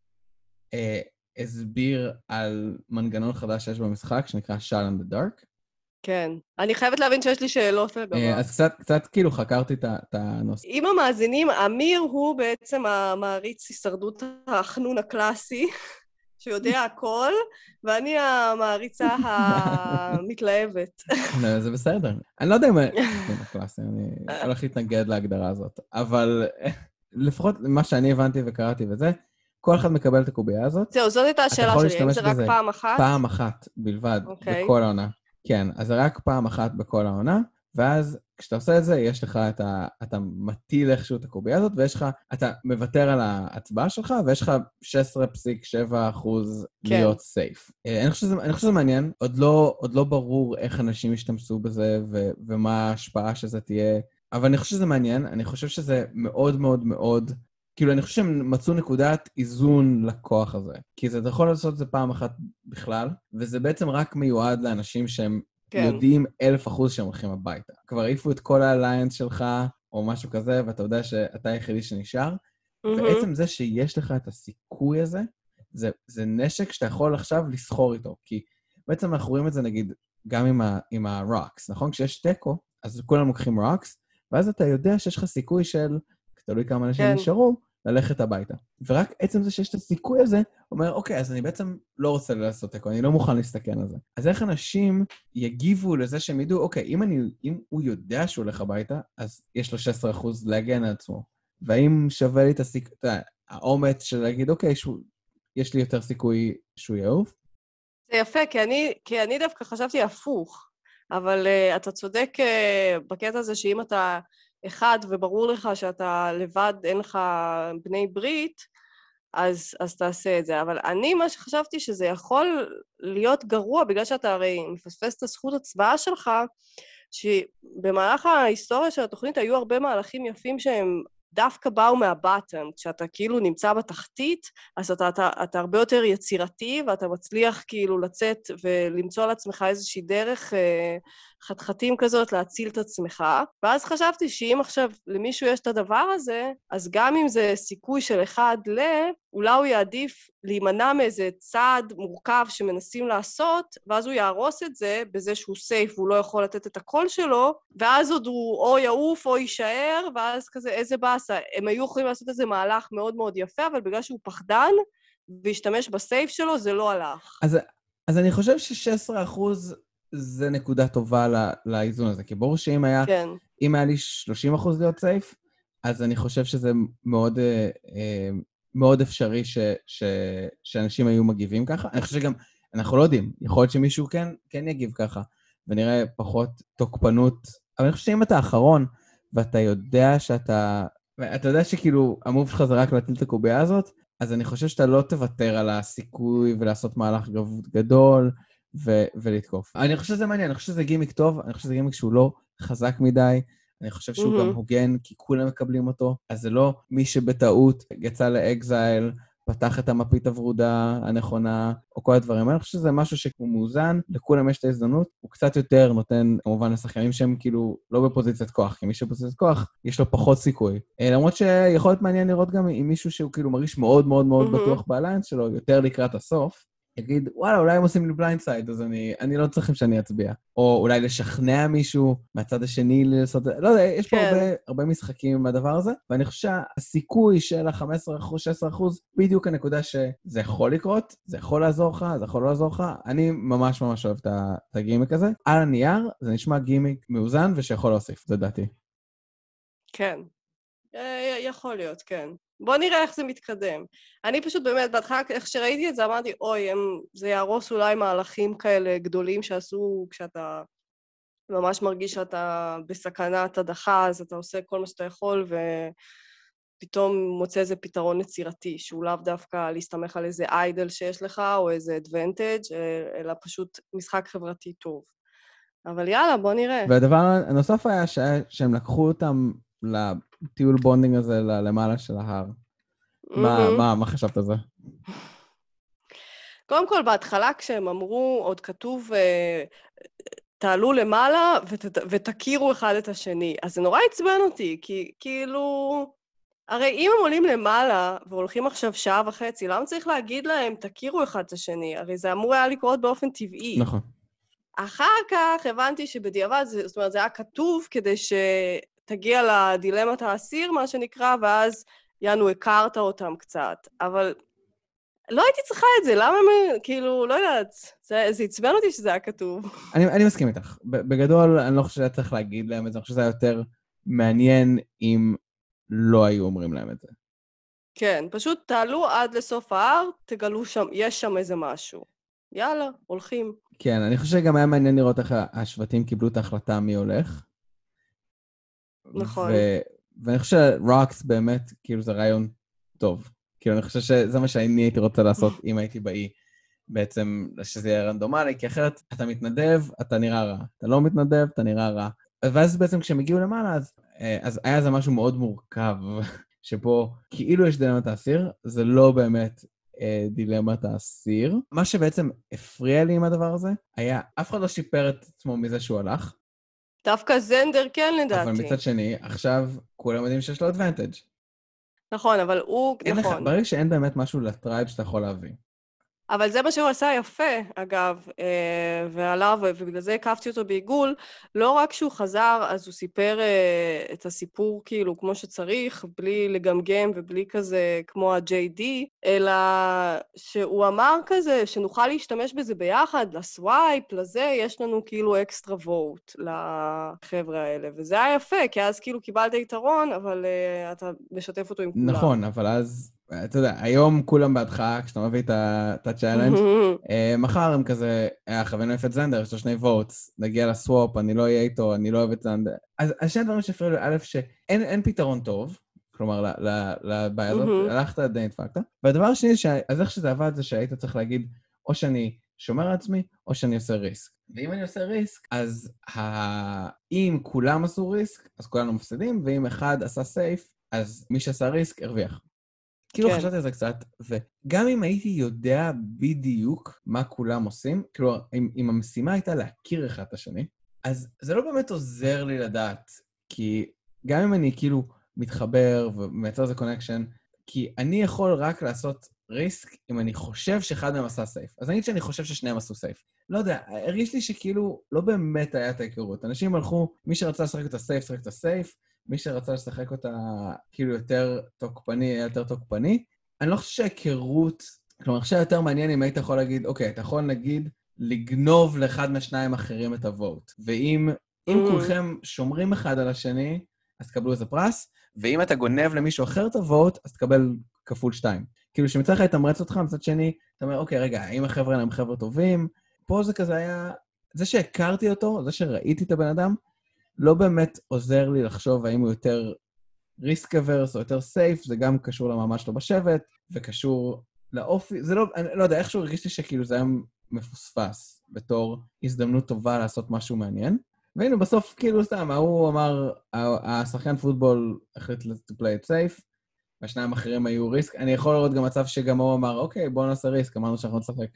הסביר על מנגנון חדש שיש במשחק, שנקרא Shot in the Dark. כן. אני חייבת להבין שיש לי שאלות לגביו. אז קצת כאילו חקרתי את הנושא. עם המאזינים, אמיר הוא בעצם המעריץ הישרדות החנון הקלאסי, שיודע הכל, ואני המעריצה המתלהבת. זה בסדר. אני לא יודע אם... החנון הקלאסי, אני הולך להתנגד להגדרה הזאת. אבל לפחות מה שאני הבנתי וקראתי וזה, כל אחד מקבל את הקובייה הזאת. זהו, זאת הייתה השאלה שלי, אם זה רק פעם אחת? פעם אחת בלבד, בכל העונה. כן, אז זה רק פעם אחת בכל העונה, ואז כשאתה עושה את זה, יש לך אתה מטיל איכשהו את הקובייה הזאת, אתה מוותר על ההצבעה שלך, ויש לך 16.7% להיות סייף. אני חושב שזה מעניין, עוד לא ברור איך אנשים ישתמשו בזה, ומה ההשפעה שזה תהיה, אבל אני חושב שזה מעניין, אני חושב שזה מאוד מאוד מאוד, כאילו אני חושב שהם מצאו נקודת איזון לכוח הזה, כי אתה יכול לעשות את זה פעם אחת בכלל, וזה בעצם רק מיועד לאנשים שהם יודעים 1,000% שהם הולכים הביתה. כבר העיפו את כל האליינס שלך, או משהו כזה, ואתה יודע שאתה היחידי שנשאר, בעצם זה שיש לך את הסיכוי הזה, זה נשק שאתה יכול עכשיו לסחור איתו, כי בעצם אנחנו רואים את זה נגיד גם עם הרוקס, נכון? כשיש טקו, אז כולם לוקחים רוקס, ואז אתה יודע שיש לך סיכוי של, תלוי כמה אנשים נשארו, ללכת הביתה. ורק עצם זה שיש את הסיכוי הזה, אומר, אוקיי, אז אני בעצם לא רוצה לעשות תיקו, אני לא מוכן להסתכן על זה. אז איך אנשים יגיבו לזה שהם ידעו, אוקיי, אם הוא יודע שהוא הולך הביתה, אז יש לו 16% להגן על עצמו. והאם שווה לי את הסיכוי, האומץ של להגיד, אוקיי, יש לי יותר סיכוי שהוא יעוף? זה יפה, כי אני דווקא חשבתי הפוך, אבל אתה צודק בקטע הזה שאם אתה אחד וברור לך שאתה לבד, אין לך בני ברית, אז תעשה את זה. אבל מה שחשבתי שזה יכול להיות גרוע, בגלל שאתה הרי מפספס את הזכות הצבעה שלך, שבמהלך ההיסטוריה של התוכנית היו הרבה מהלכים יפים שהם דווקא באו מהבטן, כשאתה כאילו נמצא בתחתית, אז אתה הרבה יותר יצירתי, ואתה מצליח כאילו לצאת ולמצוא לעצמך איזושהי דרך חתחתים כזאת להציל את עצמך, ואז חשבתי שאם עכשיו למישהו יש את הדבר הזה, אז גם אם זה סיכוי של אחד אולי הוא יעדיף להימנע מאיזה צעד מורכב שמנסים לעשות, ואז הוא יהרוס את זה בזה שהוא סייף והוא לא יכול לתת את הקול שלו, ואז עוד הוא או יעוף או יישאר, ואז כזה איזה באסה. הם היו יכולים לעשות איזה מהלך מאוד מאוד יפה, אבל בגלל שהוא פחדן והשתמש בסייף שלו, זה לא הלך. אז אני חושב ש16% זה נקודה טובה לאיזון הזה, כי ברור שאם היה, אם היה לי 30% להיות סייף, אז אני חושב שזה מאוד... מאוד אפשרי שאנשים היו מגיבים ככה. אני חושב שגם, אנחנו לא יודעים, יכול להיות שמישהו כן יגיב ככה. ונראה פחות תוקפנות. אבל אני חושב שאם אתה האחרון, ואתה יודע אתה יודע שכאילו המוב שלך זה רק להטיל את הקובייה הזאת, אז אני חושב שאתה לא תוותר על הסיכוי ולעשות מהלך גדול ולתקוף. אני חושב שזה מעניין, אני חושב שזה גימיק טוב, אני חושב שזה גימיק שהוא לא חזק מדי, אני חושב שהוא גם הוגן, כי כולם מקבלים אותו, אז זה לא מי שבטעות יצא לאקזייל, פתח את המפית הוורודה הנכונה, או כל הדברים. אני חושב שזה משהו שהוא מאוזן, לכולם יש את ההזדמנות, הוא קצת יותר נותן, כמובן, לשחקנים שהם כאילו לא בפוזיציית כוח, כי מי שבפוזיציית כוח, יש לו פחות סיכוי. למרות שיכול להיות מעניין לראות גם עם מישהו שהוא כאילו מרגיש מאוד מאוד מאוד בטוח באליינס שלו, יותר לקראת הסוף, יגיד, וואלה, אולי הם עושים לי בליינד סייד, אז אני לא צריכים שאני אצביע. או אולי לשכנע מישהו מהצד השני לעשות... לא יודע, יש פה הרבה משחקים מהדבר הזה, ואני חושב שהסיכוי של ה-15%, 16%, בדיוק הנקודה שזה יכול לקרות, זה יכול לעזור לך, זה יכול לא לעזור לך. אני ממש ממש אוהב את הגימיק הזה. על הנייר, זה נשמע גימיק מאוזן ושיכול להוסיף, זה דעתי. כן. יכול להיות, כן. בוא נראה איך זה מתקדם. אני פשוט באמת, בהתחלה, איך שראיתי את זה, אמרתי, אוי, זה יהרוס אולי מהלכים כאלה גדולים שעשו כשאתה ממש מרגיש שאתה בסכנת הדחה, אז אתה עושה כל מה שאתה יכול, ופתאום מוצא איזה פתרון יצירתי, שהוא לאו דווקא להסתמך על איזה איידל שיש לך, או איזה אדוונטג', אלא פשוט משחק חברתי טוב. אבל יאללה, בוא נראה. והדבר הנוסף היה שהם לקחו אותם לטיול בונדינג הזה למעלה של ההר. מה חשבת על זה? קודם כל, בהתחלה כשהם אמרו, עוד כתוב, תעלו למעלה ותכירו אחד את השני. אז זה נורא עצבן אותי, כי כאילו... הרי אם הם עולים למעלה והולכים עכשיו 1.5 שעה, למה צריך להגיד להם, תכירו אחד את השני? הרי זה אמור היה לקרות באופן טבעי. נכון. אחר כך הבנתי שבדיעבד, זאת אומרת, זה היה כתוב כדי שתגיע לדילמת האסיר, מה שנקרא, ואז יענו, הכרת אותם קצת. אבל לא הייתי צריכה את זה, למה הם, כאילו, לא יודעת, זה עצבן אותי שזה היה כתוב. אני מסכים איתך. בגדול, אני לא חושב שאתה צריך להגיד להם את זה, אני חושב שזה היה יותר מעניין אם לא היו אומרים להם את זה. כן, פשוט תעלו עד לסוף ההר, תגלו שם, יש שם איזה משהו. יאללה, הולכים. כן, אני חושב שגם היה מעניין לראות איך השבטים קיבלו את ההחלטה מי הולך. נכון. ואני חושב שרוקס באמת, כאילו זה רעיון טוב. כאילו אני חושב שזה מה שאני הייתי רוצה לעשות אם הייתי באי. בעצם שזה יהיה רנדומלי, כי אחרת אתה מתנדב, אתה נראה רע. אתה לא מתנדב, אתה נראה רע. ואז בעצם כשהם הגיעו למעלה, אז היה זה משהו מאוד מורכב, שבו כאילו יש דילמת האסיר, זה לא באמת דילמת האסיר. מה שבעצם הפריע לי עם הדבר הזה, היה, אף אחד לא שיפר את עצמו מזה שהוא הלך. דווקא זנדר כן לדעתי. אבל מצד שני, עכשיו כולם יודעים שיש לו אדוונטג'. נכון, אבל הוא, נכון. ברגע שאין באמת משהו לטרייב שאתה יכול להביא. אבל זה מה שהוא עשה יפה, אגב, ועליו, ובגלל זה הקפתי אותו בעיגול, לא רק שהוא חזר, אז הוא סיפר את הסיפור כאילו כמו שצריך, בלי לגמגם ובלי כזה כמו ה-JD, אלא שהוא אמר כזה, שנוכל להשתמש בזה ביחד, לסווייפ, לזה, יש לנו כאילו אקסטרה ווט לחבר'ה האלה, וזה היה יפה, כי אז כאילו קיבלת יתרון, אבל אתה משתף אותו עם כולם. נכון, אבל אז... אתה יודע, היום כולם בהדחק, כשאתה מביא את הצ'אלנג', מחר הם כזה, חווינו את זנדר, יש לו 2 ווטס, נגיע לסוואפ, אני לא אהיה איתו, אני לא אוהב את זנדר. אז שני דברים שהפריעו לי, א', שאין פתרון טוב, כלומר, לבעיה הזאת, הלכת, די נדפקת. והדבר השני, אז איך שזה עבד, זה שהיית צריך להגיד, או שאני שומר על עצמי, או שאני עושה ריסק. ואם אני עושה ריסק, אז אם כולם עשו ריסק, אז כולנו מפסידים, ואם אחד עשה סייף, אז מי שעשה ריסק הרוויח. כאילו חשבתי על זה קצת, וגם אם הייתי יודע בדיוק מה כולם עושים, כאילו, אם המשימה הייתה להכיר אחד את השני, אז זה לא באמת עוזר לי לדעת, כי גם אם אני כאילו מתחבר ומייצר איזה קונקשן, כי אני יכול רק לעשות ריסק אם אני חושב שאחד מהם עשה סייף. אז נגיד שאני חושב ששניהם עשו סייף. לא יודע, הרגיש לי שכאילו לא באמת היה את ההיכרות. אנשים הלכו, מי שרצה לשחק את הסייף, שחק את הסייף, מי שרצה לשחק אותה כאילו יותר תוקפני, יותר תוקפני. אני לא חושב שההיכרות, כלומר, אני חושב יותר מעניין אם היית יכול להגיד, אוקיי, אתה יכול נגיד לגנוב לאחד מהשניים אחרים את הווט. ואם כולכם שומרים אחד על השני, אז תקבלו איזה פרס, ואם אתה גונב למישהו אחר את הווט, אז תקבל כפול 2. כאילו שמצד לך יתמרץ אותך, מצד שני, אתה אומר, אוקיי, רגע, האם החבר'ה הם חבר'ה טובים? פה זה כזה היה, זה שהכרתי אותו, זה שראיתי את הבן אדם, לא באמת עוזר לי לחשוב האם הוא יותר ריסק אברס או יותר סייף, זה גם קשור למאמץ שלו בשבט, וקשור לאופי, זה לא, אני לא יודע, איכשהו הרגישתי שכאילו זה היה מפוספס, בתור הזדמנות טובה לעשות משהו מעניין, והנה בסוף כאילו סתם, הוא אמר, השחקן פוטבול החליט to play it safe, והשניים האחרים היו ריסק, אני יכול לראות גם מצב שגם הוא אמר, אוקיי, בואו נעשה ריסק, אמרנו שאנחנו נשחק.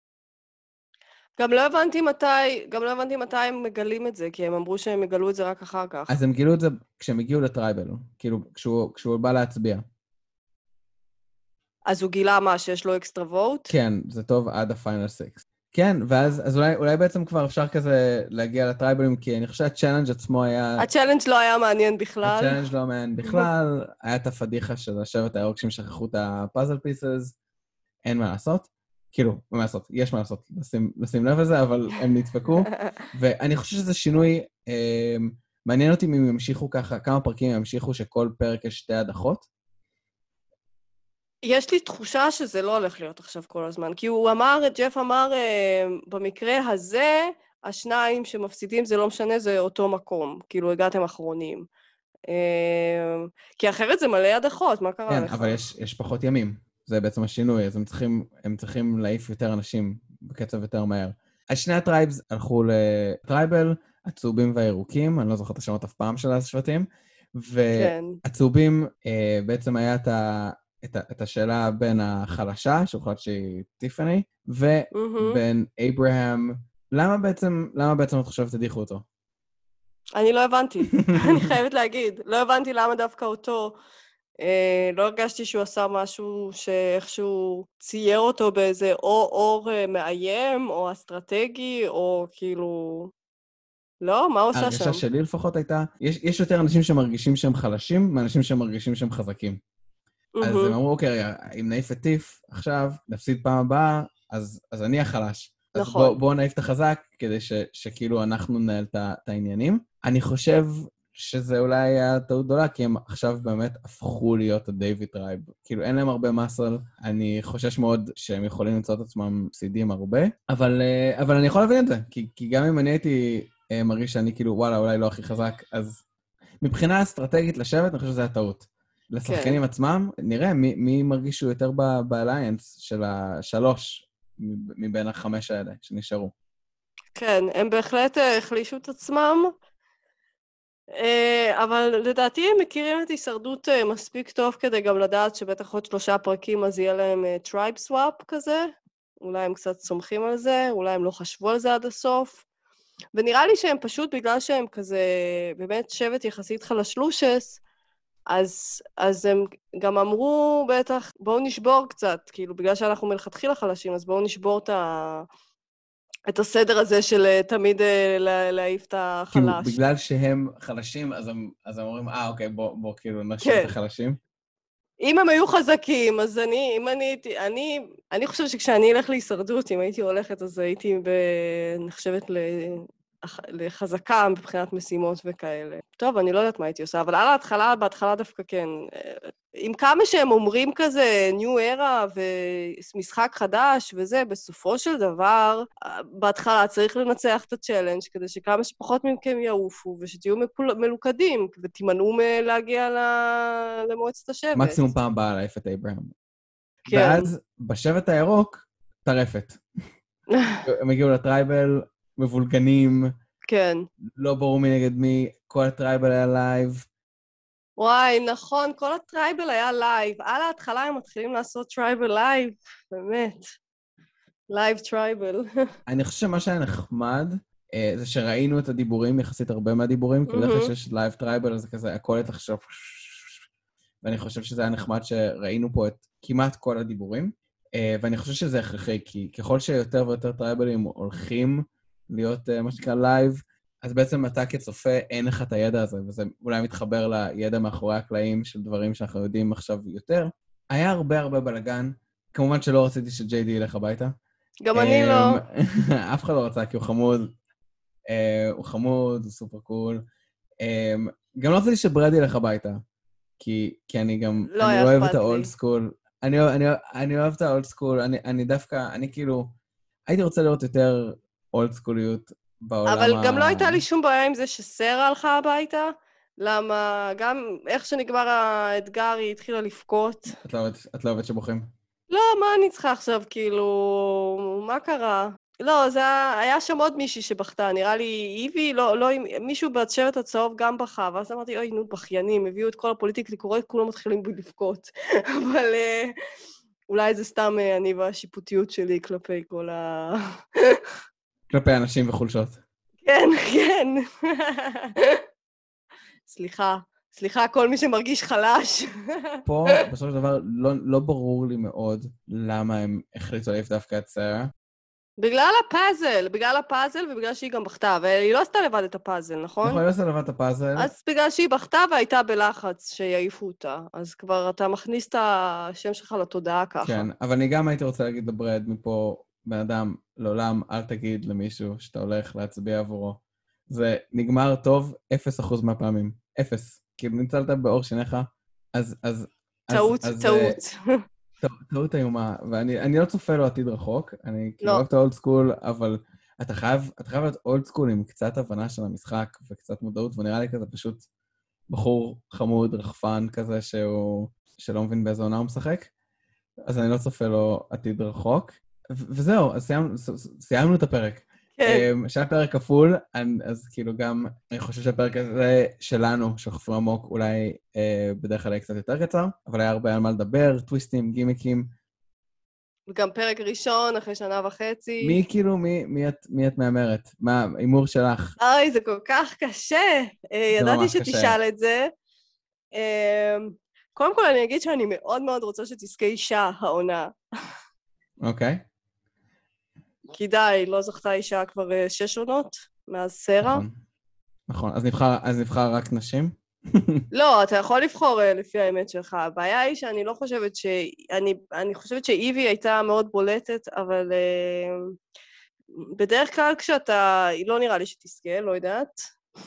גם לא הבנתי מתי הם מגלים את זה, כי הם אמרו שהם יגלו את זה רק אחר כך. אז הם גילו את זה כשהם הגיעו לטרייבל, כאילו, כשהוא בא להצביע. אז הוא גילה מה, שיש לו אקסטרה ווט? כן, זה טוב עד הפיינל 6. כן, ואז אולי בעצם כבר אפשר כזה להגיע לטרייבלים, כי אני חושב שהצ'אלנג' עצמו היה... הצ'אלנג' לא היה מעניין בכלל. הצ'אלנג' לא מעניין בכלל, היה את הפדיחה של השבט הירוק שהם שכחו את הפאזל פיסס, אין מה לעשות. כאילו, מה לעשות? יש מה לעשות, לשים לב לזה, אבל הם נדפקו. ואני חושב שזה שינוי, מעניין אותי אם הם ימשיכו ככה, כמה פרקים הם ימשיכו שכל פרק יש 2 הדחות. יש לי תחושה שזה לא הולך להיות עכשיו כל הזמן, כי ג'ף אמר, במקרה הזה, השניים שמפסידים זה לא משנה, זה אותו מקום, כאילו הגעתם אחרונים. כי אחרת זה מלא הדחות, מה קרה לך? כן, אבל יש פחות ימים. זה בעצם השינוי, אז הם צריכים להעיף יותר אנשים בקצב יותר מהר. אז שני הטרייבס הלכו לטרייבל, הצהובים והירוקים, אני לא זוכר את השמות אף פעם של השבטים, והצהובים בעצם היה את השאלה בין החלשה, שהוחלט שהיא טיפני, ובין אברהם. למה בעצם את חושבת תדיחו אותו? אני לא הבנתי, אני חייבת להגיד. לא הבנתי למה דווקא אותו. לא הרגשתי שהוא עשה משהו שאיכשהו צייר אותו באיזה או אור מאיים, או אסטרטגי, או כאילו... לא, מה הוא עושה שם? ההרגשה שלי לפחות הייתה, יש יותר אנשים שמרגישים שהם חלשים, מאנשים שמרגישים שהם חזקים. אז הם אמרו, אוקיי, אם נעיף את טיף עכשיו, נפסיד פעם הבאה, אז אני החלש. נכון. אז בואו נעיף את החזק, כדי שכאילו אנחנו ננהל את העניינים. אני חושב שזה אולי היה טעות גדולה, כי הם עכשיו באמת הפכו להיות הדייוויד טרייב. כאילו אין להם הרבה מסל, אני חושש מאוד שהם יכולים למצוא את עצמם פסידים הרבה, אבל אני יכול להבין את זה, כי גם אם אני הייתי מרגיש שאני כאילו, וואלה, אולי לא הכי חזק, אז מבחינה אסטרטגית לשבת, אני חושב שזה היה טעות. לשחקנים עצמם, נראה מי מרגיש שהוא יותר באליינס של 3 מבין 5 האלה שנשארו. כן, הם בהחלט החלישו את עצמם, אבל לדעתי הם מכירים את הישרדות מספיק טוב כדי גם לדעת שבטח עוד 3 פרקים אז יהיה להם טרייב סוואפ כזה, אולי הם קצת סומכים על זה, אולי הם לא חשבו על זה עד הסוף, ונראה לי שהם פשוט בגלל שהם כזה באמת שבט יחסית חלשלושס, אז הם גם אמרו בטח, בואו נשבור קצת, כאילו בגלל שאנחנו מלכתחילה חלשים, אז בואו נשבור את הסדר הזה של תמיד להעיף את החלש. כאילו, בגלל שהם חלשים, אז הם אומרים, אוקיי, בוא כאילו נשאיר את החלשים. אם הם היו חזקים, אז אני חושבת שכשאני אלך להישרדות, אם הייתי הולכת, אז הייתי נחשבת לחזקה מבחינת משימות וכאלה. טוב, אני לא יודעת מה הייתי עושה, אבל בהתחלה דווקא כן. עם כמה שהם אומרים כזה, ניו ארה ומשחק חדש וזה, בסופו של דבר, בהתחלה צריך לנצח את הצ'לנג' כדי שכמה שפחות מכם יעופו, ושתהיו מלוכדים, ותימנעו מלהגיע למועצת השבט. מקסימום פעם באה להעיף את אברהם. כן. ואז בשבט הירוק, טרפת. הם הגיעו לטרייבל, מבולגנים, כן. לא ברור מי נגד מי, כל הטרייבל היה לייב. וואי, נכון, כל הטרייבל היה לייב. על ההתחלה הם מתחילים לעשות טרייבל לייב, באמת. לייב טרייבל. אני חושב שמה שהיה נחמד, זה שראינו את הדיבורים, יחסית הרבה מהדיבורים, כי בדרך כלל שיש לייב טרייבל, אז זה כזה, הכל יתחשב. ואני חושב שזה היה נחמד שראינו פה את כמעט כל הדיבורים, ואני חושב שזה הכרחי, כי ככל שיותר ויותר טרייבלים הולכים להיות מה שנקרא לייב, אז בעצם אתה כצופה אין לך את הידע הזה, וזה אולי מתחבר לידע מאחורי הקלעים של דברים שאנחנו יודעים עכשיו יותר. היה הרבה בלגן, כמובן שלא רציתי שג'יי-די ילך הביתה. גם אני לא. אף אחד לא רצה, כי הוא חמוד, הוא סופר קול. גם לא רציתי שברדי ילך הביתה, כי אני גם, אני אוהב את האולד סקול. אני אוהב את האולד סקול, אני דווקא, אני כאילו, הייתי רוצה לראות יותר אולד סקוליות בעולם אבל גם לא הייתה לי שום בעיה עם זה שסרה הלכה הביתה, למה גם איך שנגמר האתגר היא התחילה לבכות. את לא אוהבת שבוכים? לא, מה אני צריכה עכשיו, כאילו, מה קרה? לא, זה היה שם עוד מישהי שבכתה, נראה לי איבי, לא, מישהו בשבט הצהוב גם בכה, ואז אמרתי, אוי, נו, בכיינים, הביאו את כל הפוליטיקלי קורקט, כולם מתחילים לבכות. אבל אולי זה סתם אני והשיפוטיות שלי כלפי כל כלפי אנשים וחולשות. כן, כן. סליחה, כל מי שמרגיש חלש. פה, בסופו של דבר, לא ברור לי מאוד למה הם החליטו להעיף דווקא את סרה. בגלל הפאזל ובגלל שהיא גם בכתה, והיא לא עשתה לבד את הפאזל, נכון? נכון, היא לא עשתה לבד את הפאזל. אז בגלל שהיא בכתה והייתה בלחץ שיעיפו אותה, אז כבר אתה מכניס את השם שלך לתודעה ככה. כן, אבל אני גם הייתי רוצה להגיד לברד מפה, בן אדם, לעולם, אל תגיד למישהו שאתה הולך להצביע עבורו. זה נגמר טוב 0% מהפעמים. 0. כאילו ניצלת באור שיניך, אז... טעות. טעות איומה, ואני לא צופה לו עתיד רחוק, אני כאילו אוהב את האולד סקול, אבל אתה חייב להיות אולד סקול עם קצת הבנה של המשחק וקצת מודעות, ונראה לי כזה פשוט בחור חמוד, רחפן כזה, שלא מבין באיזה עונה הוא משחק, אז אני לא צופה לו עתיד רחוק, וזהו, אז סיימנו את הפרק. שהיה פרק כפול, אז כאילו גם, אני חושב שהפרק הזה שלנו, של חופרים עמוק, אולי בדרך כלל יהיה קצת יותר קצר, אבל היה הרבה על מה לדבר, טוויסטים, גימיקים. וגם פרק ראשון, אחרי 1.5 שנה. מי את מאמרת? מה, הימור שלך? אוי, זה כל כך קשה. ידעתי שתשאל את זה. קודם כל אני אגיד שאני מאוד מאוד רוצה שתזכה אישה העונה. אוקיי. כי די, לא זכתה אישה כבר 6 עונות, מאז סרה. נכון. אז נבחר רק נשים? לא, אתה יכול לבחור לפי האמת שלך. הבעיה היא שאני לא חושבת אני חושבת שאיבי הייתה מאוד בולטת, אבל בדרך כלל כשאתה, לא נראה לי שתזכה, לא יודעת.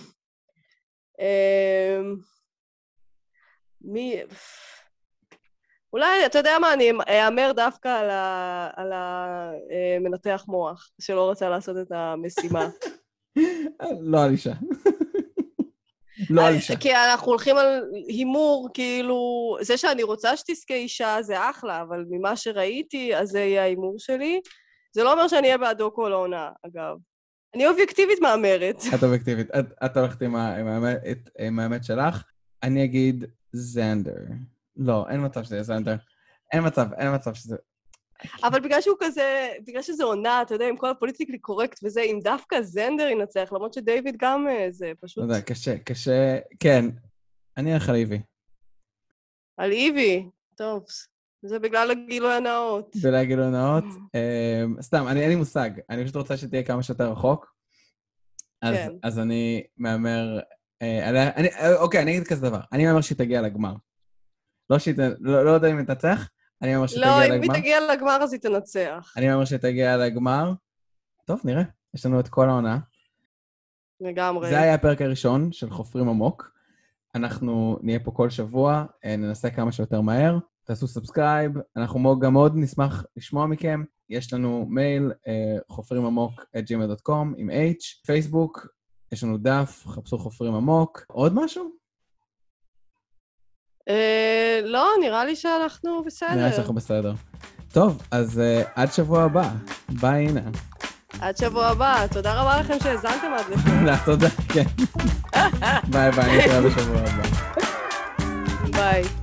אולי, אתה יודע מה, אני אאמר דווקא על המנתח מוח, שלא רצה לעשות את המשימה. לא על אישה. לא על אישה. כי אנחנו הולכים על הימור, כאילו, זה שאני רוצה שתזכה אישה זה אחלה, אבל ממה שראיתי, אז זה יהיה ההימור שלי. זה לא אומר שאני אהיה בעדו כל העונה, אגב. אני אובייקטיבית מאמרת. את אובייקטיבית. את הולכת עם האמת שלך. אני אגיד זנדר. לא, אין מצב שזה זנדר. אין מצב שזה... אבל בגלל שזה עונה, אתה יודע, עם כל הפוליטיקלי קורקט וזה, אם דווקא זנדר ינצח, למרות שדייוויד גם זה פשוט... לא יודע, קשה, כן. אני אלך על איבי. על איבי? טוב, זה בגלל הגילוי הנאות. בגלל הגילוי הנאות? סתם, אין לי מושג. אני פשוט רוצה שתהיה כמה שיותר רחוק. אז אני מאמר... אוקיי, אני אגיד כזה דבר. אני מאמר שהיא תגיע לגמר. לא יודע אם היא תנצח, אני מאמר שהיא תגיע לגמר. לא, אם היא תגיע לגמר, אז היא תנצח. אני מאמר שהיא תגיע לגמר. טוב, נראה. יש לנו את כל העונה. לגמרי. זה היה הפרק הראשון של חופרים עמוק. אנחנו נהיה פה כל שבוע, ננסה כמה שיותר מהר. תעשו סאבסקרייב. אנחנו גם מאוד נשמח לשמוע מכם. יש לנו מייל, חופרימעמוק@gmail.com עם H. פייסבוק, יש לנו דף, חפשו חופרים עמוק. עוד משהו? לא, נראה לי שאנחנו בסדר. נראה שאנחנו בסדר. טוב, אז עד שבוע הבא. ביי, הנה. עד שבוע הבא. תודה רבה לכם שהזנתם עד לכם. תודה, כן. ביי, נתראה בשבוע הבא. ביי.